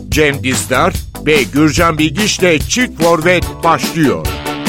Cem Dizdar ve Gürcan Bilgiç'le Çift Forvet başlıyor.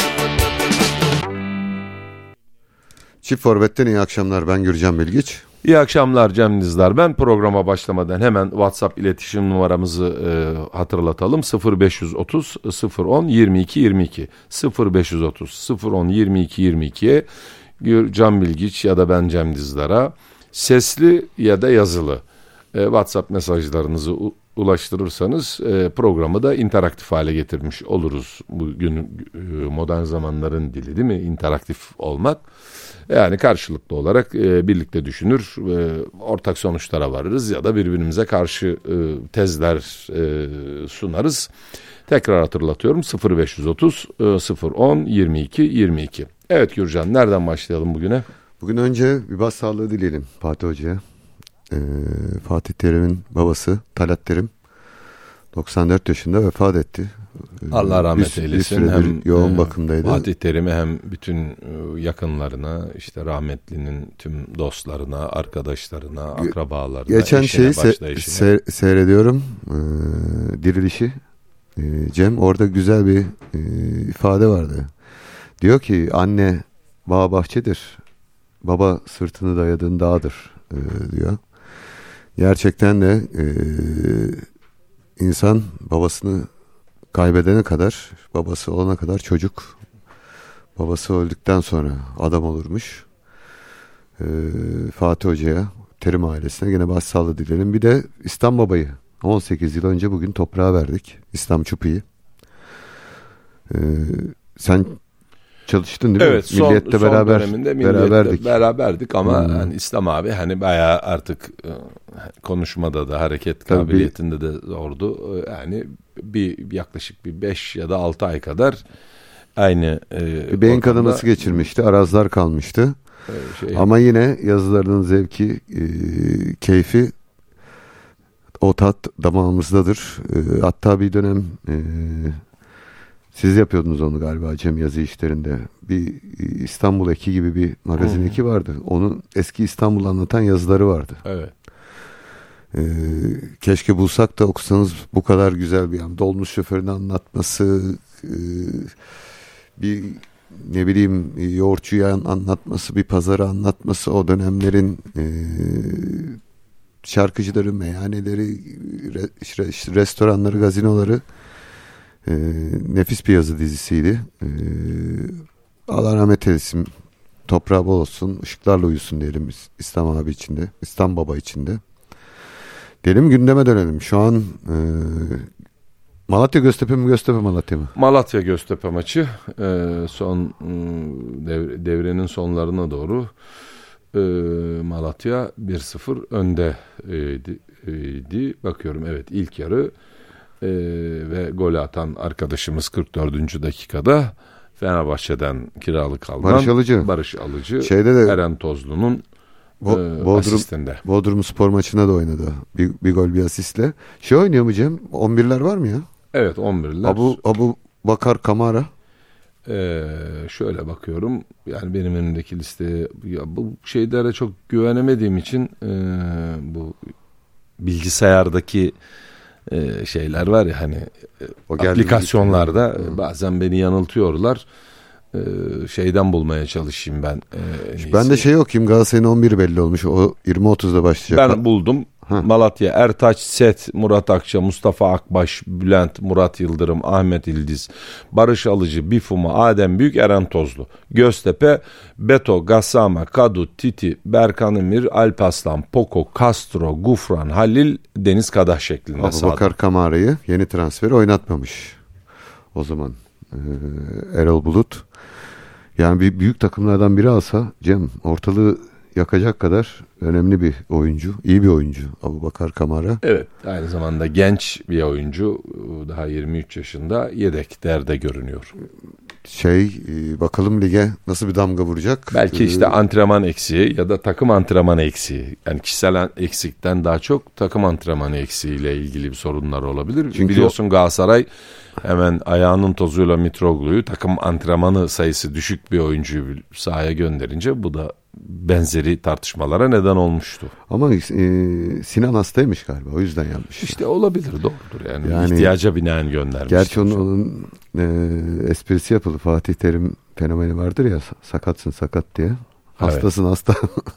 Çift Forvet'ten iyi akşamlar. Ben Gürcan Bilgiç. İyi akşamlar Cem Dizdar. Ben programa başlamadan hemen WhatsApp iletişim numaramızı hatırlatalım. 0530 010 22 22 0530 010 22 22'ye Gürcan Bilgiç ya da ben Cem Dizdar'a sesli ya da yazılı WhatsApp mesajlarınızı ulaştırırsanız programı da interaktif hale getirmiş oluruz. Bugün modern zamanların dili değil mi? İnteraktif olmak. Yani karşılıklı olarak birlikte düşünür, ortak sonuçlara varırız ya da birbirimize karşı tezler sunarız. Tekrar hatırlatıyorum 0530 010 22 22. Evet Gürcan, nereden başlayalım bugüne? Bugün önce bir baş sağlığı dileyelim Fatih Hoca'ya. Fatih Terim'in babası Talat Terim 94 yaşında vefat etti. Allah rahmet eylesin. Hem yoğun bakımdaydı. Fatih Terim'e hem bütün yakınlarına, işte rahmetlinin tüm dostlarına, arkadaşlarına, akrabalarına, geçen eşine, şeyi seyrediyorum. Dirilişi. Cem, orada güzel bir ifade vardı. Diyor ki anne bağ bahçedir, baba sırtını dayadığın dağdır diyor. Gerçekten de insan babasını kaybedene kadar, babası olana kadar çocuk, babası öldükten sonra adam olurmuş. Fatih Hoca'ya, Terim ailesine gene başsağlığı dilerim. Bir de İslam Baba'yı 18 yıl önce bugün toprağa verdik. İslam Çupi'yi. Sen çalıştın değil mi? Evet, Milliyet'te son döneminde beraberdik ama hani İslam abi hani bayağı artık konuşmada da hareket kabiliyetinde de zordu. Yani yaklaşık 5 ya da 6 ay kadar aynı beyin kanaması geçirmişti. Arazlar kalmıştı. Ama yine yazılarının zevki, keyfi o tat damağımızdadır. Hatta bir dönem siz yapıyordunuz onu galiba Cem, yazı işlerinde. Bir İstanbul Eki gibi bir magazin eki vardı. Onun eski İstanbul'u anlatan yazıları vardı. Evet. Keşke bulsak da okusanız, bu kadar güzel bir dolmuş şoförünü anlatması, bir ne bileyim yoğurtçuyu anlatması, bir pazarı anlatması, o dönemlerin şarkıcıları, meyhaneleri, restoranları, gazinoları. Nefis bir yazı dizisiydi. Allah rahmet eylesin, toprağı bol olsun, ışıklarla uyusun diyelim İslam abi içinde, İslam Baba içinde. Diyelim gündeme dönelim. Şu an Malatya Göztepe mi, Göztepe Malatya mı? Malatya Göztepe maçı son devrenin sonlarına doğru Malatya 1-0 öndeydi. Bakıyorum, evet, ilk yarı ve golü atan arkadaşımız 44. dakikada Fenerbahçe'den kiralık alınan Barış Alıcı, Eren Tozlu'nun asistinde. Bodrum Spor maçına da oynadı. Bir gol, bir asistle. Oynuyor mu Cem? 11'ler var mı ya? Evet, 11'ler. Abu Bakar Kamara. Şöyle bakıyorum. Yani benim önümdeki listeye bu şeylere çok güvenemediğim için bu bilgisayardaki şeyler var ya hani aplikasyonlarda bazen beni yanıltıyorlar. Şeyden bulmaya çalışayım ben. Ben de okuyayım. Galatasaray'ın 11 belli olmuş. O 20.30'da başlayacak. Ben buldum. Malatya: Ertaç, Set, Murat Akça, Mustafa Akbaş, Bülent, Murat Yıldırım, Ahmet İldiz, Barış Alıcı, Bifuma, Adem Büyük, Eren Tozlu. Göztepe: Beto, Gassama, Kadu, Titi, Berkan Emir, Alpaslan, Poko, Castro, Gufran, Halil, Deniz Kadah şeklinde. Abubakar Kamara'yı yeni transferi oynatmamış o zaman Erol Bulut. Yani bir büyük takımlardan biri alsa Cem, ortalığı yakacak kadar önemli bir oyuncu, iyi bir oyuncu Abubakar Kamara. Evet, aynı zamanda genç bir oyuncu, daha 23 yaşında, yedeklerde görünüyor. Bakalım lige nasıl bir damga vuracak. Belki işte antrenman eksiği ya da takım antrenmanı eksiği. Yani kişisel eksikten daha çok takım antrenmanı eksiğiyle ilgili bir sorunlar olabilir. Çünkü biliyorsun Galatasaray hemen ayağının tozuyla Mitroglu'yu, takım antrenmanı sayısı düşük bir oyuncuyu sahaya gönderince bu da benzeri tartışmalara neden olmuştu. Ama Sinan hastaymış galiba, o yüzden yapmış. İşte olabilir, doğrudur yani ihtiyaca binaen göndermiş. Gerçi onun esprisi yapıldı. Fatih Terim fenomeni vardır ya, sakatsın sakat diye. Hastasın hasta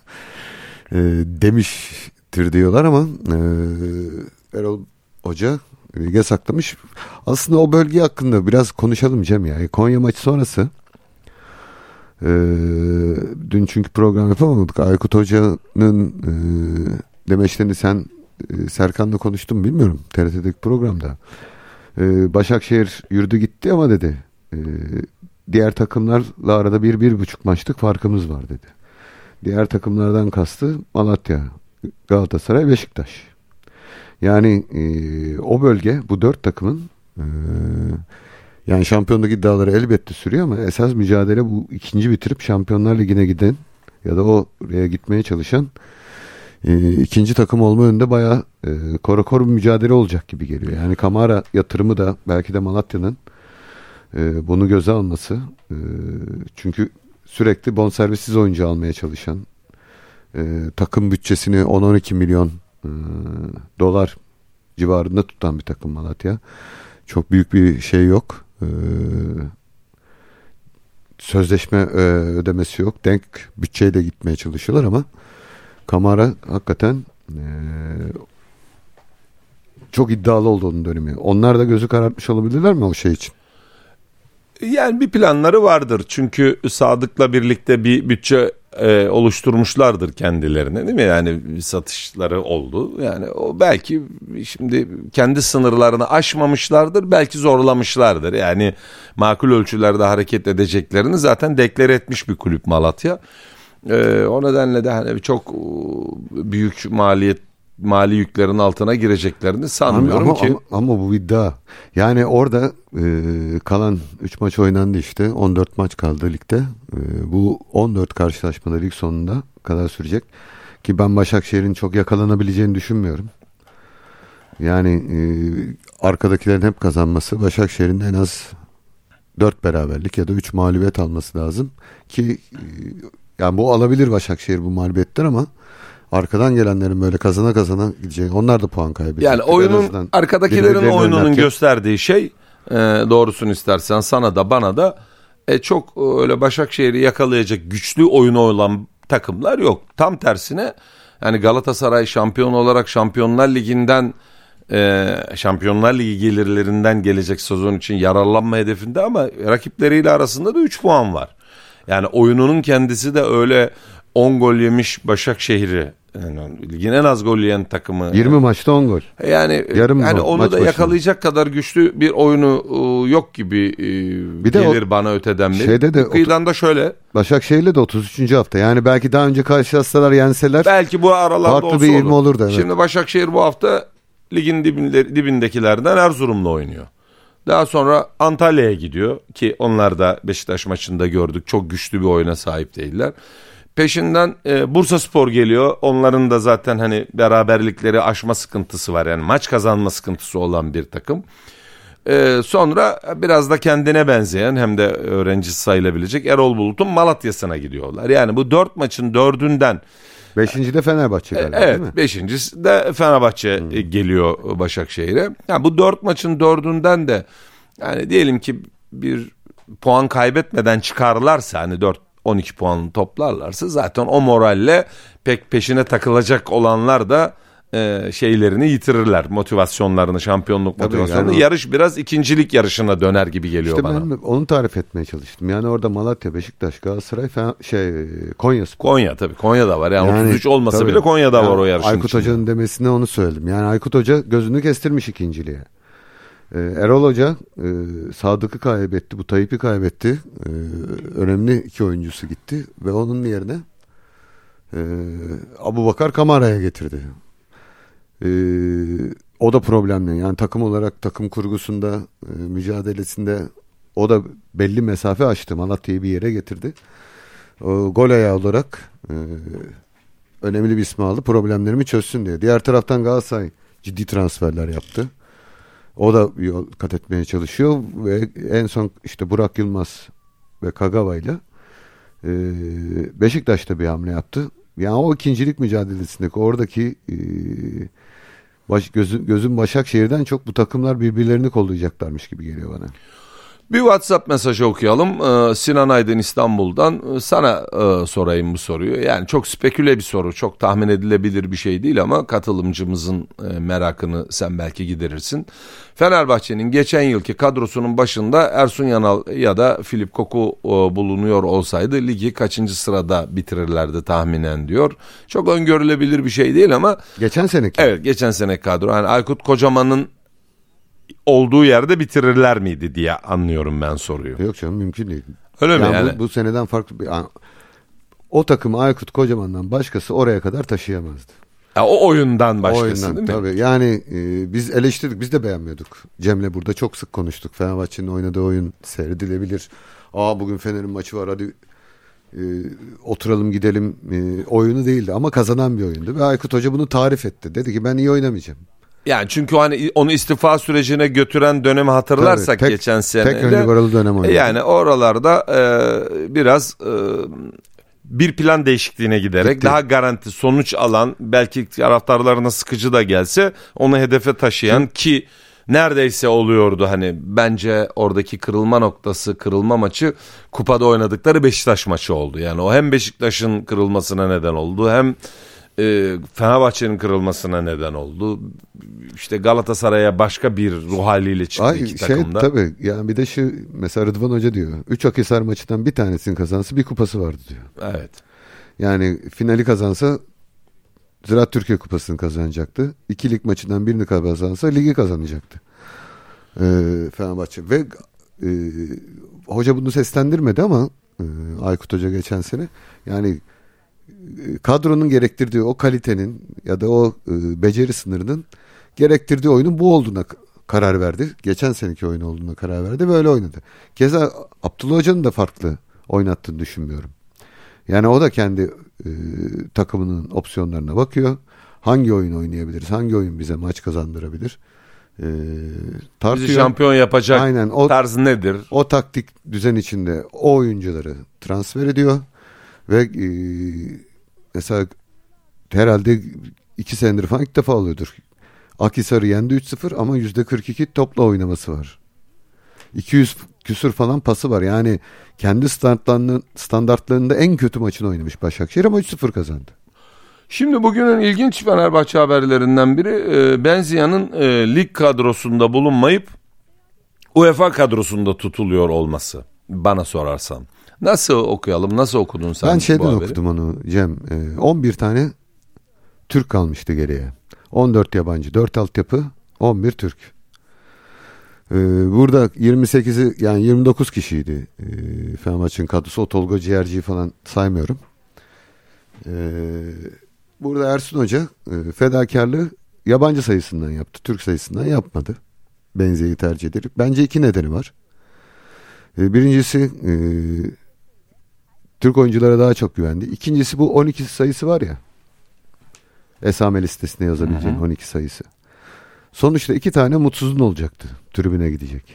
demiştir diyorlar ama Erol Hoca lige saklamış. Aslında o bölge hakkında biraz konuşalım Cem ya. Konya maçı sonrası dün çünkü program yapamadık. Aykut Hoca'nın demeçlerini sen Serkan'la konuştum bilmiyorum TRT'deki programda. Başakşehir yürüdü gitti ama dedi diğer takımlarla arada 1-1,5 maçlık farkımız var dedi. Diğer takımlardan kastı Malatya, Galatasaray, Beşiktaş. Yani o bölge bu 4 takımın yani şampiyonluk iddiaları elbette sürüyor ama esas mücadele bu ikinci bitirip Şampiyonlar Ligi'ne giden ya da oraya gitmeye çalışan ikinci takım olma önünde bayağı korakor bir mücadele olacak gibi geliyor. Yani Kamara yatırımı da belki de Malatya'nın bunu göze alması, çünkü sürekli bonservissiz oyuncu almaya çalışan, takım bütçesini 10-12 milyon dolar civarında tutan bir takım Malatya. Çok büyük bir şey yok. Sözleşme ödemesi yok. Denk bütçeyle gitmeye çalışıyorlar ama Kamara hakikaten çok iddialı olduğunu dönemi. Onlar da gözü karartmış olabilirler mi o şey için? Yani bir planları vardır. Çünkü Sadık'la birlikte bir bütçe oluşturmuşlardır kendilerine, değil mi? Yani satışları oldu. Yani o belki şimdi kendi sınırlarını aşmamışlardır. Belki zorlamışlardır. Yani makul ölçülerde hareket edeceklerini zaten deklare etmiş bir kulüp Malatya. O nedenle de hani çok büyük mali yüklerin altına gireceklerini sanmıyorum ama bu iddia. Yani orada kalan 3 maç oynandı işte. 14 maç kaldı ligde. Bu 14 karşılaşmada lig sonunda kadar sürecek. Ki ben Başakşehir'in çok yakalanabileceğini düşünmüyorum. Yani arkadakilerin hep kazanması, Başakşehir'in en az 4 beraberlik ya da 3 mağlubiyet alması lazım. Ki yani bu alabilir Başakşehir bu mağlubiyetler ama arkadan gelenlerin böyle kazana kazana gideceği, onlar da puan kaybedecek. Yani oyunun, arkadakilerin oyununun gösterdiği şey, doğrusunu istersen sana da bana da çok öyle Başakşehir'i yakalayacak güçlü oyunu olan takımlar yok. Tam tersine yani Galatasaray şampiyon olarak Şampiyonlar Ligi'nden Şampiyonlar Ligi gelirlerinden gelecek sezon için yararlanma hedefinde ama rakipleriyle arasında da 3 puan var. Yani oyununun kendisi de öyle 10 gol yemiş Başakşehir'i, yani ligin en az gol yiyen takımı. 20 maçta 10 gol. Yani onu da yakalayacak kadar güçlü bir oyunu yok gibi bir gelir bana öteden bir. Şeyde de kıyıdan da şöyle. Başakşehir'le de 33. hafta. Yani belki daha önce karşılaşsalar, yenseler. Belki bu aralarda farklı bir ilmi olur da. Evet. Şimdi Başakşehir bu hafta ligin dibindekilerden Erzurum'la oynuyor. Daha sonra Antalya'ya gidiyor ki onlar da Beşiktaş maçında gördük. Çok güçlü bir oyuna sahip değiller. Peşinden Bursaspor geliyor. Onların da zaten hani beraberlikleri aşma sıkıntısı var. Yani maç kazanma sıkıntısı olan bir takım. Sonra biraz da kendine benzeyen hem de öğrencisi sayılabilecek Erol Bulut'un Malatya'sına gidiyorlar. Yani bu 4 maçın 4'ünden 5. de Fenerbahçe galiba, evet, değil mi? 5. de Fenerbahçe geliyor Başakşehir'e. Yani bu 4 maçın 4'ünden de yani diyelim ki bir puan kaybetmeden çıkarlarsa, hani 12 puan toplarlarsa zaten o moralle pek peşine takılacak olanlar da şeylerini yitirirler. Motivasyonlarını, şampiyonluk motivasyonunu. Yani yarış biraz ikincilik yarışına döner gibi geliyor işte bana. Ben onu tarif etmeye çalıştım. Yani orada Malatya, Beşiktaş, Galatasaray, Konya. Konya tabii. Konya da var. Yani 33 olmasa tabii, bile Konya'da var o yarışın Aykut içinde. Hoca'nın demesine onu söyledim. Yani Aykut Hoca gözünü kestirmiş ikinciliğe. Erol Hoca Sadık'ı kaybetti, bu Tayyip'i kaybetti. Önemli 2 oyuncusu gitti ve onun yerine Abubakar Kamara'ya getirdi. O da problemli. Yani takım olarak, takım kurgusunda, mücadelesinde o da belli mesafe açtı. Malatya'yı bir yere getirdi. Gol ayağı olarak önemli bir ismi aldı. Problemlerimi çözsün diye. Diğer taraftan Galatasaray ciddi transferler yaptı. O da yol kat etmeye çalışıyor ve en son işte Burak Yılmaz ve Kagawa ile Beşiktaş'ta bir hamle yaptı. Yani o ikincilik mücadelesindeki oradaki gözüm Başakşehir'den çok bu takımlar birbirlerini kollayacaklarmış gibi geliyor bana. Bir WhatsApp mesajı okuyalım. Sinan Aydın İstanbul'dan. Sana sorayım bu soruyu. Yani çok speküle bir soru, çok tahmin edilebilir bir şey değil ama katılımcımızın merakını sen belki giderirsin. Fenerbahçe'nin geçen yılki kadrosunun başında Ersun Yanal ya da Filip Koku bulunuyor olsaydı ligi kaçıncı sırada bitirirlerdi tahminen diyor. Çok öngörülebilir bir şey değil ama. Geçen seneki. Evet, geçen seneki kadro. Yani Aykut Kocaman'ın olduğu yerde bitirirler miydi diye anlıyorum ben soruyu. Yok canım, mümkün değil. Öyle mi yani? Bu seneden farklı bir... Yani, o takımı Aykut Kocaman'dan başkası oraya kadar taşıyamazdı. Ya, o oyundan başkası değil mi? Tabii. Yani biz eleştirdik, biz de beğenmiyorduk. Cem'le burada çok sık konuştuk. Fenerbahçe'nin oynadığı oyun seyredilebilir. Bugün Fener'in maçı var, hadi oturalım gidelim oyunu değildi. Ama kazanan bir oyundu. Ve Aykut Hoca bunu tarif etti. Dedi ki ben iyi oynamayacağım. Yani çünkü hani onu istifa sürecine götüren dönemi hatırlarsak tabii, geçen sene. Tek ön dönem oynadı. Yani oralarda biraz bir plan değişikliğine giderek daha garanti sonuç alan, belki taraftarlarına sıkıcı da gelse onu hedefe taşıyan ki neredeyse oluyordu. Hani bence oradaki kırılma noktası, kırılma maçı kupada oynadıkları Beşiktaş maçı oldu. Yani o hem Beşiktaş'ın kırılmasına neden oldu, hem Fenerbahçe'nin kırılmasına neden oldu. İşte Galatasaray'a başka bir ruh haliyle çıktı iki takımda. Tabii yani bir de şu mesela Rıdvan Hoca diyor. 3 Akhisar maçından bir tanesini kazansa bir kupası vardı diyor. Evet. Yani finali kazansa Ziraat Türkiye Kupası'nı kazanacaktı. 2 lig maçından birini kazansa ligi kazanacaktı. Fenerbahçe ve hoca bunu seslendirmedi ama Aykut Hoca geçen sene yani kadronun gerektirdiği o kalitenin ya da o beceri sınırının gerektirdiği oyunun bu olduğuna karar verdi. Geçen seneki oyun olduğuna karar verdi ve öyle oynadı. Keza Abdullah Hoca'nın da farklı oynattığını düşünmüyorum. Yani o da kendi takımının opsiyonlarına bakıyor. Hangi oyun oynayabiliriz? Hangi oyun bize maç kazandırabilir? Tartıyor. Bizi şampiyon yapacak Aynen, tarz nedir? O taktik düzen içinde o oyuncuları transfer ediyor. Ve mesela herhalde 2 senedir falan ilk defa oluyordur. Akhisar'ı yendi 3-0 ama %42 topla oynaması var. 200 küsür falan pası var. Yani kendi standartlarında en kötü maçını oynamış Başakşehir ama 3-0 kazandı. Şimdi bugünün ilginç Fenerbahçe haberlerinden biri Benzia'nın lig kadrosunda bulunmayıp UEFA kadrosunda tutuluyor olması, bana sorarsan. Nasıl okuyalım? Nasıl okudun sen ben bu haberi? Okudum onu Cem. 11 tane Türk kalmıştı geriye. 14 yabancı, 4 altyapı, 11 Türk. Burada 28'i yani 29 kişiydi Fenerbahçe'nin kadrosu. O Tolga Ciğerci'yi falan saymıyorum. Burada Ersun Hoca fedakarlığı yabancı sayısından yaptı. Türk sayısından yapmadı. Benzia'yı tercih ederek. Bence 2 nedeni var. Birincisi Türk oyunculara daha çok güvendi. İkincisi bu 12 sayısı var ya. Esame listesine yazabileceğin 12 sayısı. Sonuçta 2 tane mutsuzun olacaktı. Tribüne gidecek.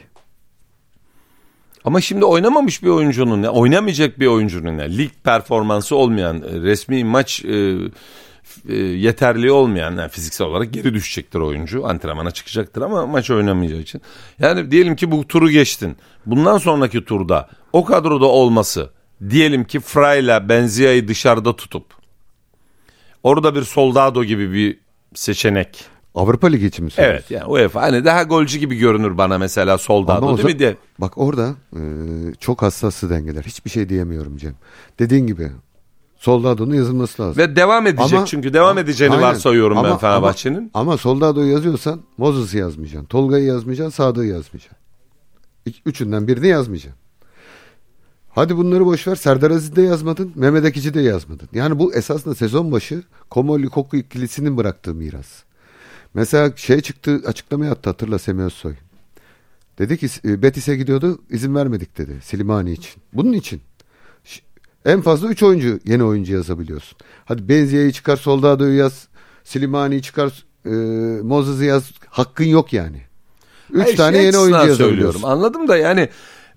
Ama şimdi oynamamış bir oyuncunun, oynamayacak bir oyuncunun, lig performansı olmayan, resmi maç yeterli olmayan, yani fiziksel olarak geri düşecektir oyuncu. Antrenmana çıkacaktır ama maç oynamayacağı için. Yani diyelim ki bu turu geçtin. Bundan sonraki turda o kadroda olması, diyelim ki Fray'la Benzia'yı dışarıda tutup orada bir Soldado gibi bir seçenek. Avrupa Ligi için mi söylüyorsun? Evet, yani UEFA hani daha golcü gibi görünür bana mesela Soldado, değil mi diye. Bak orada çok hassaslı dengeler. Hiçbir şey diyemiyorum Cem. Dediğin gibi Soldado'nun yazılması lazım. Ve devam edecek, çünkü devam edeceğini aynen, varsayıyorum ben Fenerbahçe'nin. Ama Soldado'yu yazıyorsan Moses'ı yazmayacaksın. Tolga'yı yazmayacaksın. Sadık'ı yazmayacaksın. Üçünden birini yazmayacaksın. Hadi bunları boş ver. Serdar Aziz'i de yazmadın. Mehmet Ekici'i de yazmadın. Yani bu esasında sezon başı Komolli Koku ikilisinin bıraktığı miras. Mesela çıktı, açıklama yaptı, hatırla, Semih Özsoy. Dedi ki Betis'e gidiyordu, izin vermedik dedi Slimani için. Bunun için. En fazla 3 oyuncu, yeni oyuncu yazabiliyorsun. Hadi Benzia'yı çıkar, Soldado'yu yaz, Slimani'yi çıkar, Moses'ı yaz. Hakkın yok yani. 3 tane yeni oyuncu yazabiliyorsun. Anladım da yani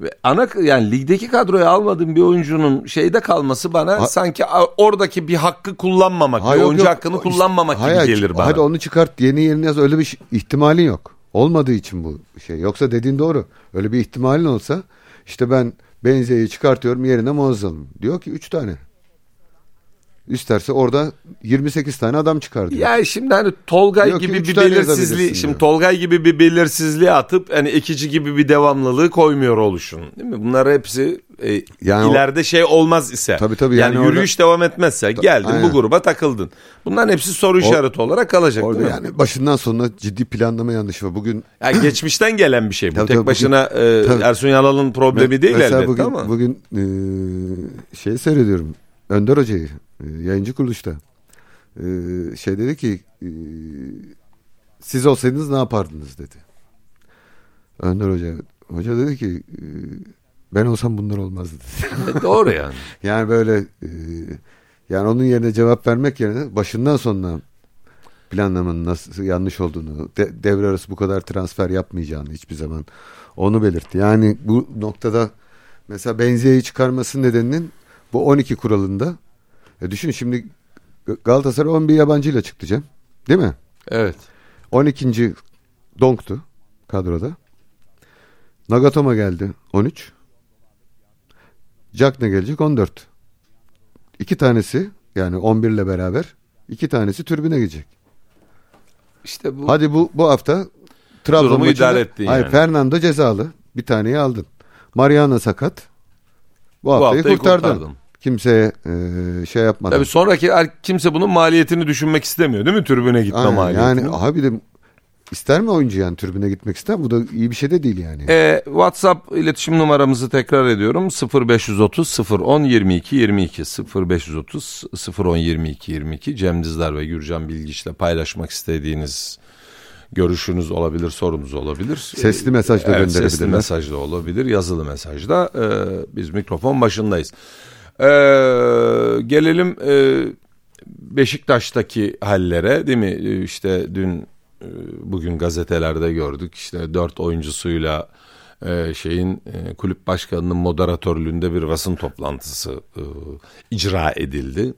Yani ligdeki kadroya almadığım bir oyuncunun şeyde kalması bana sanki oradaki bir hakkı kullanmamak, bir oyuncu hakkını kullanmamak gibi gelir bana. Hadi onu çıkart, yeni yerine yaz, öyle bir ihtimalin yok. Olmadığı için bu şey. Yoksa dediğin doğru. Öyle bir ihtimalin olsa işte ben Benzia'yı çıkartıyorum, yerine Muazzam. Diyor ki 3 tane. İsterse orada 28 tane adam çıkar diyor. Ya şimdi hani Tolgay diyor gibi ki, bir belirsizliği, şimdi Tolgay gibi bir belirsizliği atıp hani ekici gibi bir devamlılığı koymuyor oluşun. Değil mi? Bunlar hepsi yani ileride şey olmaz ise. Tabii, yani yürüyüş devam etmezse geldin aynen. Bu gruba takıldın. Bunların hepsi soru işareti olarak kalacak. Orada yani başından sonuna ciddi planlama yanlışı var. Bugün yani geçmişten gelen bir şey bu. Tek başına Ersun Yanal'ın problemi değil elbette ama. Bugün şey seyrediyorum. Önder Hoca'yı yayıncı kuruluşta şey dedi ki siz olsaydınız ne yapardınız dedi. Önder Hoca dedi ki ben olsam bunlar olmazdı dedi. Doğru yani. Yani böyle yani onun yerine cevap vermek yerine başından sonuna planlamanın nasıl yanlış olduğunu, devre arası bu kadar transfer yapmayacağını hiçbir zaman onu belirtti. Yani bu noktada mesela Benzia'yı çıkarması nedeninin bu 12 kuralında düşün şimdi Galatasaray 11 yabancıyla çıktı Cem. Değil mi? Evet. 12. Donk'tu kadroda. Nagatomo geldi 13. Jack ne gelecek 14. 2 tanesi yani 11 ile beraber 2 tanesi tribüne gidecek. İşte bu. Hadi bu hafta Trabzon maçında idare ettin yani. Fernando cezalı. Bir taneyi aldın. Mariano sakat. Bu haftayı kurtardın. Kimseye şey yapmadan. Tabii sonraki kimse bunun maliyetini düşünmek istemiyor değil mi? Tribüne gitme maliyetini. Yani abi de ister mi oyuncu yani tribüne gitmek ister? Bu da iyi bir şey de değil yani. WhatsApp iletişim numaramızı tekrar ediyorum. 0530 010 22 22 0530 010 22 22 Cem Dizdar ve Gürcan Bilgiç'le paylaşmak istediğiniz görüşünüz olabilir, sorunuz olabilir. Sesli mesaj da gönderebilirler. Sesli mesaj da olabilir, yazılı mesaj da. Biz mikrofon başındayız. Gelelim Beşiktaş'taki hallere değil mi? İşte dün bugün gazetelerde gördük. İşte 4 oyuncusuyla kulüp başkanının moderatörlüğünde bir basın toplantısı icra edildi.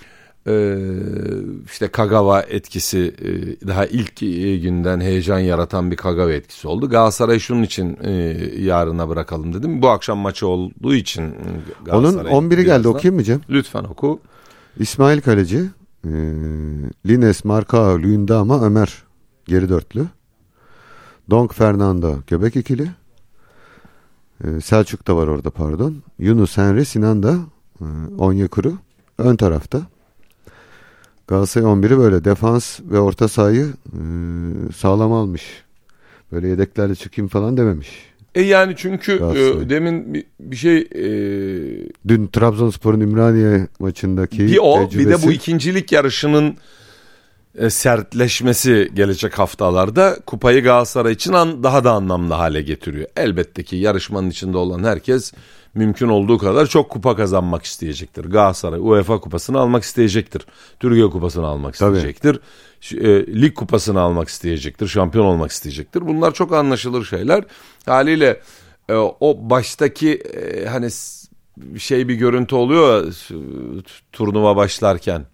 İşte Kagawa etkisi daha ilk günden heyecan yaratan bir Kagawa etkisi oldu. Galatasaray şunun için yarına bırakalım dedim. Bu akşam maçı olduğu için onun 11'i geldi, okuyayım mı Cem? Lütfen oku. İsmail Kaleci, Lines, Marcao, Luyendama, Ömer geri dörtlü. Donk, Fernando göbek ikili. Selçuk da var orada pardon. Yunus, Henry, Sinan da Onyekuru ön tarafta. Galatasaray 11'i böyle defans ve orta sahayı sağlam almış. Böyle yedeklerle çıkayım falan dememiş. Yani çünkü demin bir şey dün Trabzonspor'un Ümraniye maçındaki tecrübesi. Bir de bu ikincilik yarışının sertleşmesi gelecek haftalarda kupayı Galatasaray için daha da anlamlı hale getiriyor. Elbette ki yarışmanın içinde olan herkes mümkün olduğu kadar çok kupa kazanmak isteyecektir. Galatasaray UEFA kupasını almak isteyecektir. Türkiye kupasını almak isteyecektir. Lig kupasını almak isteyecektir. Şampiyon olmak isteyecektir. Bunlar çok anlaşılır şeyler. Haliyle o baştaki hani bir görüntü oluyor turnuva başlarken.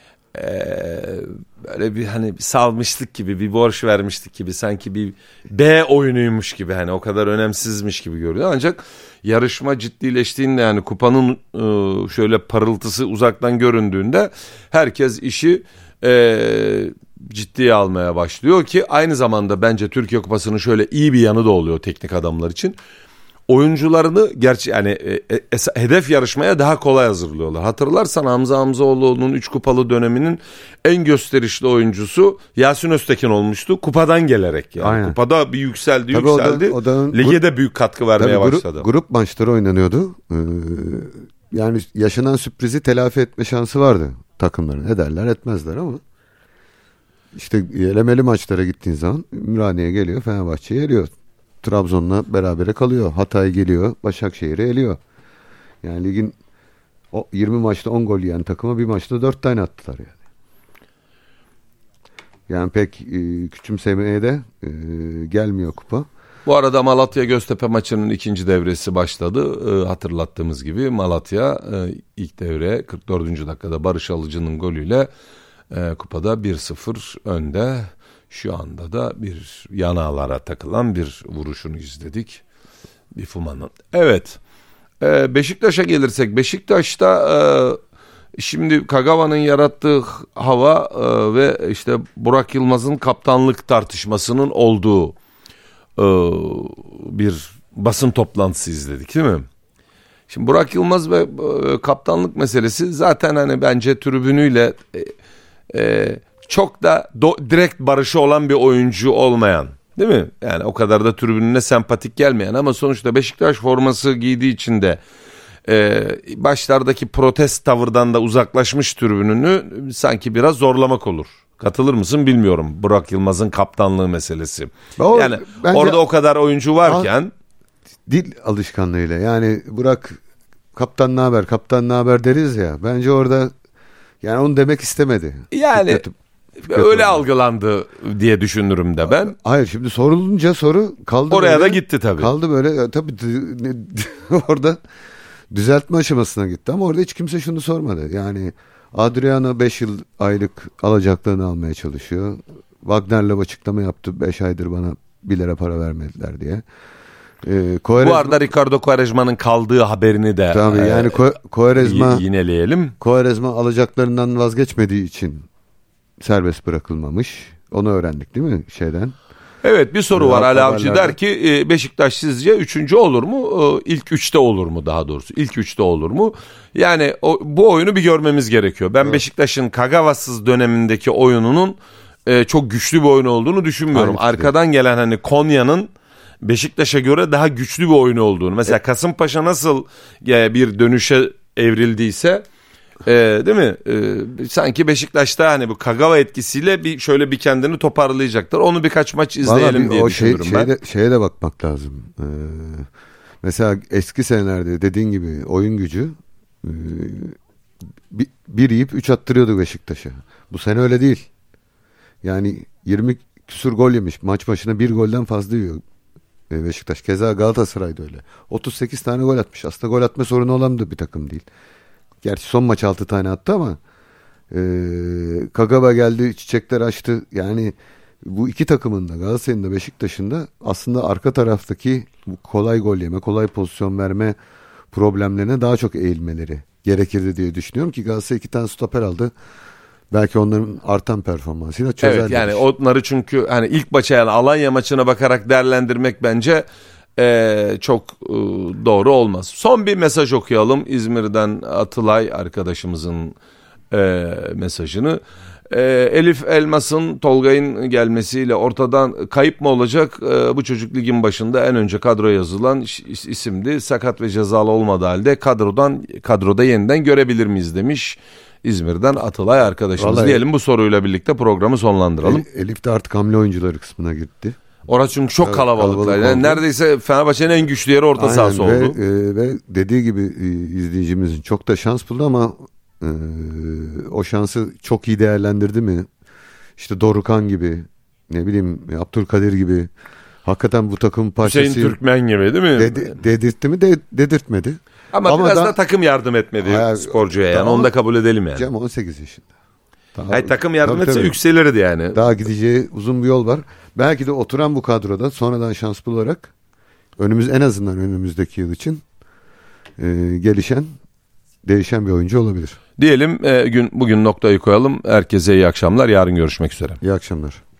Böyle bir hani bir salmışlık gibi, bir borç vermişlik gibi, sanki bir B oyunuymuş gibi, hani o kadar önemsizmiş gibi görünüyor. Ancak yarışma ciddileştiğinde, yani kupanın şöyle parıltısı uzaktan göründüğünde herkes işi ciddiye almaya başlıyor ki aynı zamanda bence Türkiye Kupası'nın şöyle iyi bir yanı da oluyor teknik adamlar için. Oyuncularını hedef yarışmaya daha kolay hazırlıyorlar. Hatırlarsan Hamza Hamzaoğlu'nun 3 kupalı döneminin en gösterişli oyuncusu Yasin Öztekin olmuştu. Kupadan gelerek yani. Aynen. Kupada bir yükseldi. Lige de büyük katkı vermeye başladı. Grup maçları oynanıyordu. Yani yaşanan sürprizi telafi etme şansı vardı takımların. Ederler etmezler ama işte elemeli maçlara gittiğin zaman Ümraniye geliyor, Fenerbahçe'ye geliyor. Trabzon'la berabere kalıyor. Hatay geliyor. Başakşehir'i eliyor. Yani ligin 20 maçta 10 gol yiyen takıma bir maçta 4 tane attılar yani. Yani pek küçümsemeye de gelmiyor kupa. Bu arada Malatya Göztepe maçının ikinci devresi başladı. Hatırlattığımız gibi Malatya ilk devre 44. dakikada Barış Alıcı'nın golüyle kupada 1-0 önde. Şu anda da bir yanağlara takılan bir vuruşunu izledik. Bifuma'nın. Evet. Beşiktaş'a gelirsek, Beşiktaş'ta şimdi Kagawa'nın yarattığı hava ve işte Burak Yılmaz'ın kaptanlık tartışmasının olduğu bir basın toplantısı izledik, değil mi? Şimdi Burak Yılmaz ve kaptanlık meselesi zaten hani bence tribünüyle çok da direkt barışı olan bir oyuncu olmayan, değil mi? Yani o kadar da tribününe sempatik gelmeyen ama sonuçta Beşiktaş forması giydiği için de başlardaki protest tavırdan da uzaklaşmış tribününü sanki biraz zorlamak olur. Katılır mısın bilmiyorum, Burak Yılmaz'ın kaptanlığı meselesi. Yani orada o kadar oyuncu varken dil alışkanlığıyla, yani Burak kaptan ne haber, kaptan ne haber deriz ya, bence orada yani onu demek istemedi. Yani öyle algılandı diye düşünürüm de ben. Hayır, şimdi sorulunca soru kaldı. Oraya böyle, da gitti tabii. Kaldı böyle tabii orada düzeltme aşamasına gitti ama orada hiç kimse şunu sormadı. Yani Adriano 5 yıl aylık alacaklarını almaya çalışıyor. Wagner'le açıklama yaptı. 5 aydır bana 1 lira para vermediler diye. Bu arada Ricardo Quaresma'nın kaldığı haberini de tabii yani Quaresma yineleyelim. Quaresma alacaklarından vazgeçmediği için serbest bırakılmamış. Onu öğrendik değil mi şeyden? Evet, bir soru var. Ali Avcı der ki Beşiktaş sizce 3. olur mu? İlk 3'te olur mu daha doğrusu? İlk 3'te olur mu? Yani bu oyunu bir görmemiz gerekiyor. Ben Beşiktaş'ın Kagawa'sız dönemindeki oyununun çok güçlü bir oyun olduğunu düşünmüyorum. Arkadan gelen hani Konya'nın Beşiktaş'a göre daha güçlü bir oyun olduğunu. Mesela Kasımpaşa nasıl bir dönüşe evrildiyse değil mi? Sanki Beşiktaş'ta hani bu Kagawa etkisiyle şöyle bir kendini toparlayacaktır. Onu birkaç maç izleyelim diye düşünüyorum ben. Şeye de bakmak lazım. Mesela eski senelerde dediğin gibi oyun gücü bir yiyip 3 attırıyordu Beşiktaş'a. Bu sene öyle değil. Yani 20 küsur gol yemiş. Maç başına 1 golden fazla yiyor Beşiktaş. Keza Galatasaray'da öyle. 38 tane gol atmış. Aslında gol atma sorunu olan da bir takım değil. Gerçi son maç 6 tane attı ama Kagawa geldi, çiçekler açtı. Yani bu iki takımın da, Galatasaray'ın da Beşiktaş'ın da aslında arka taraftaki bu kolay gol yeme, kolay pozisyon verme problemlerine daha çok eğilmeleri gerekirdi diye düşünüyorum ki Galatasaray 2 tane stoper aldı. Belki onların artan performansıyla çözerler. Evet, yani onları çünkü hani ilk maça, yani Alanya maçına bakarak değerlendirmek bence çok doğru olmaz. Son bir mesaj okuyalım. İzmir'den Atılay arkadaşımızın mesajını. Elif Elmas'ın, Tolga'nın gelmesiyle ortadan kayıp mı olacak? Bu çocuk ligin başında en önce kadroya yazılan isimdi. Sakat ve cezalı olmadığı halde kadroda yeniden görebilir miyiz demiş. İzmir'den Atılay arkadaşımız. Vallahi, diyelim bu soruyla birlikte programı sonlandıralım. Elif de artık hamle oyuncuları kısmına gitti. Orası çünkü çok kalabalıklar. Yani neredeyse Fenerbahçe'nin en güçlü yeri orta sahası oldu. Ve dediği gibi izleyicimizin çok da şans buldu ama o şansı çok iyi değerlendirdi mi? İşte Dorukhan gibi, ne bileyim Abdülkadir gibi, hakikaten bu takım parçası. Hüseyin Türkmen gibi değil mi? Dedirtti mi? Dedirtmedi. Ama biraz da takım yardım etmedi sporcuya yani. Onu da kabul edelim yani. Cem 18 yaşında. Takım yardım etse yükselirdi yani. Daha gideceği uzun bir yol var. Belki de oturan bu kadroda sonradan şans bularak en azından önümüzdeki yıl için değişen bir oyuncu olabilir. Diyelim bugün noktayı koyalım. Herkese iyi akşamlar. Yarın görüşmek üzere. İyi akşamlar.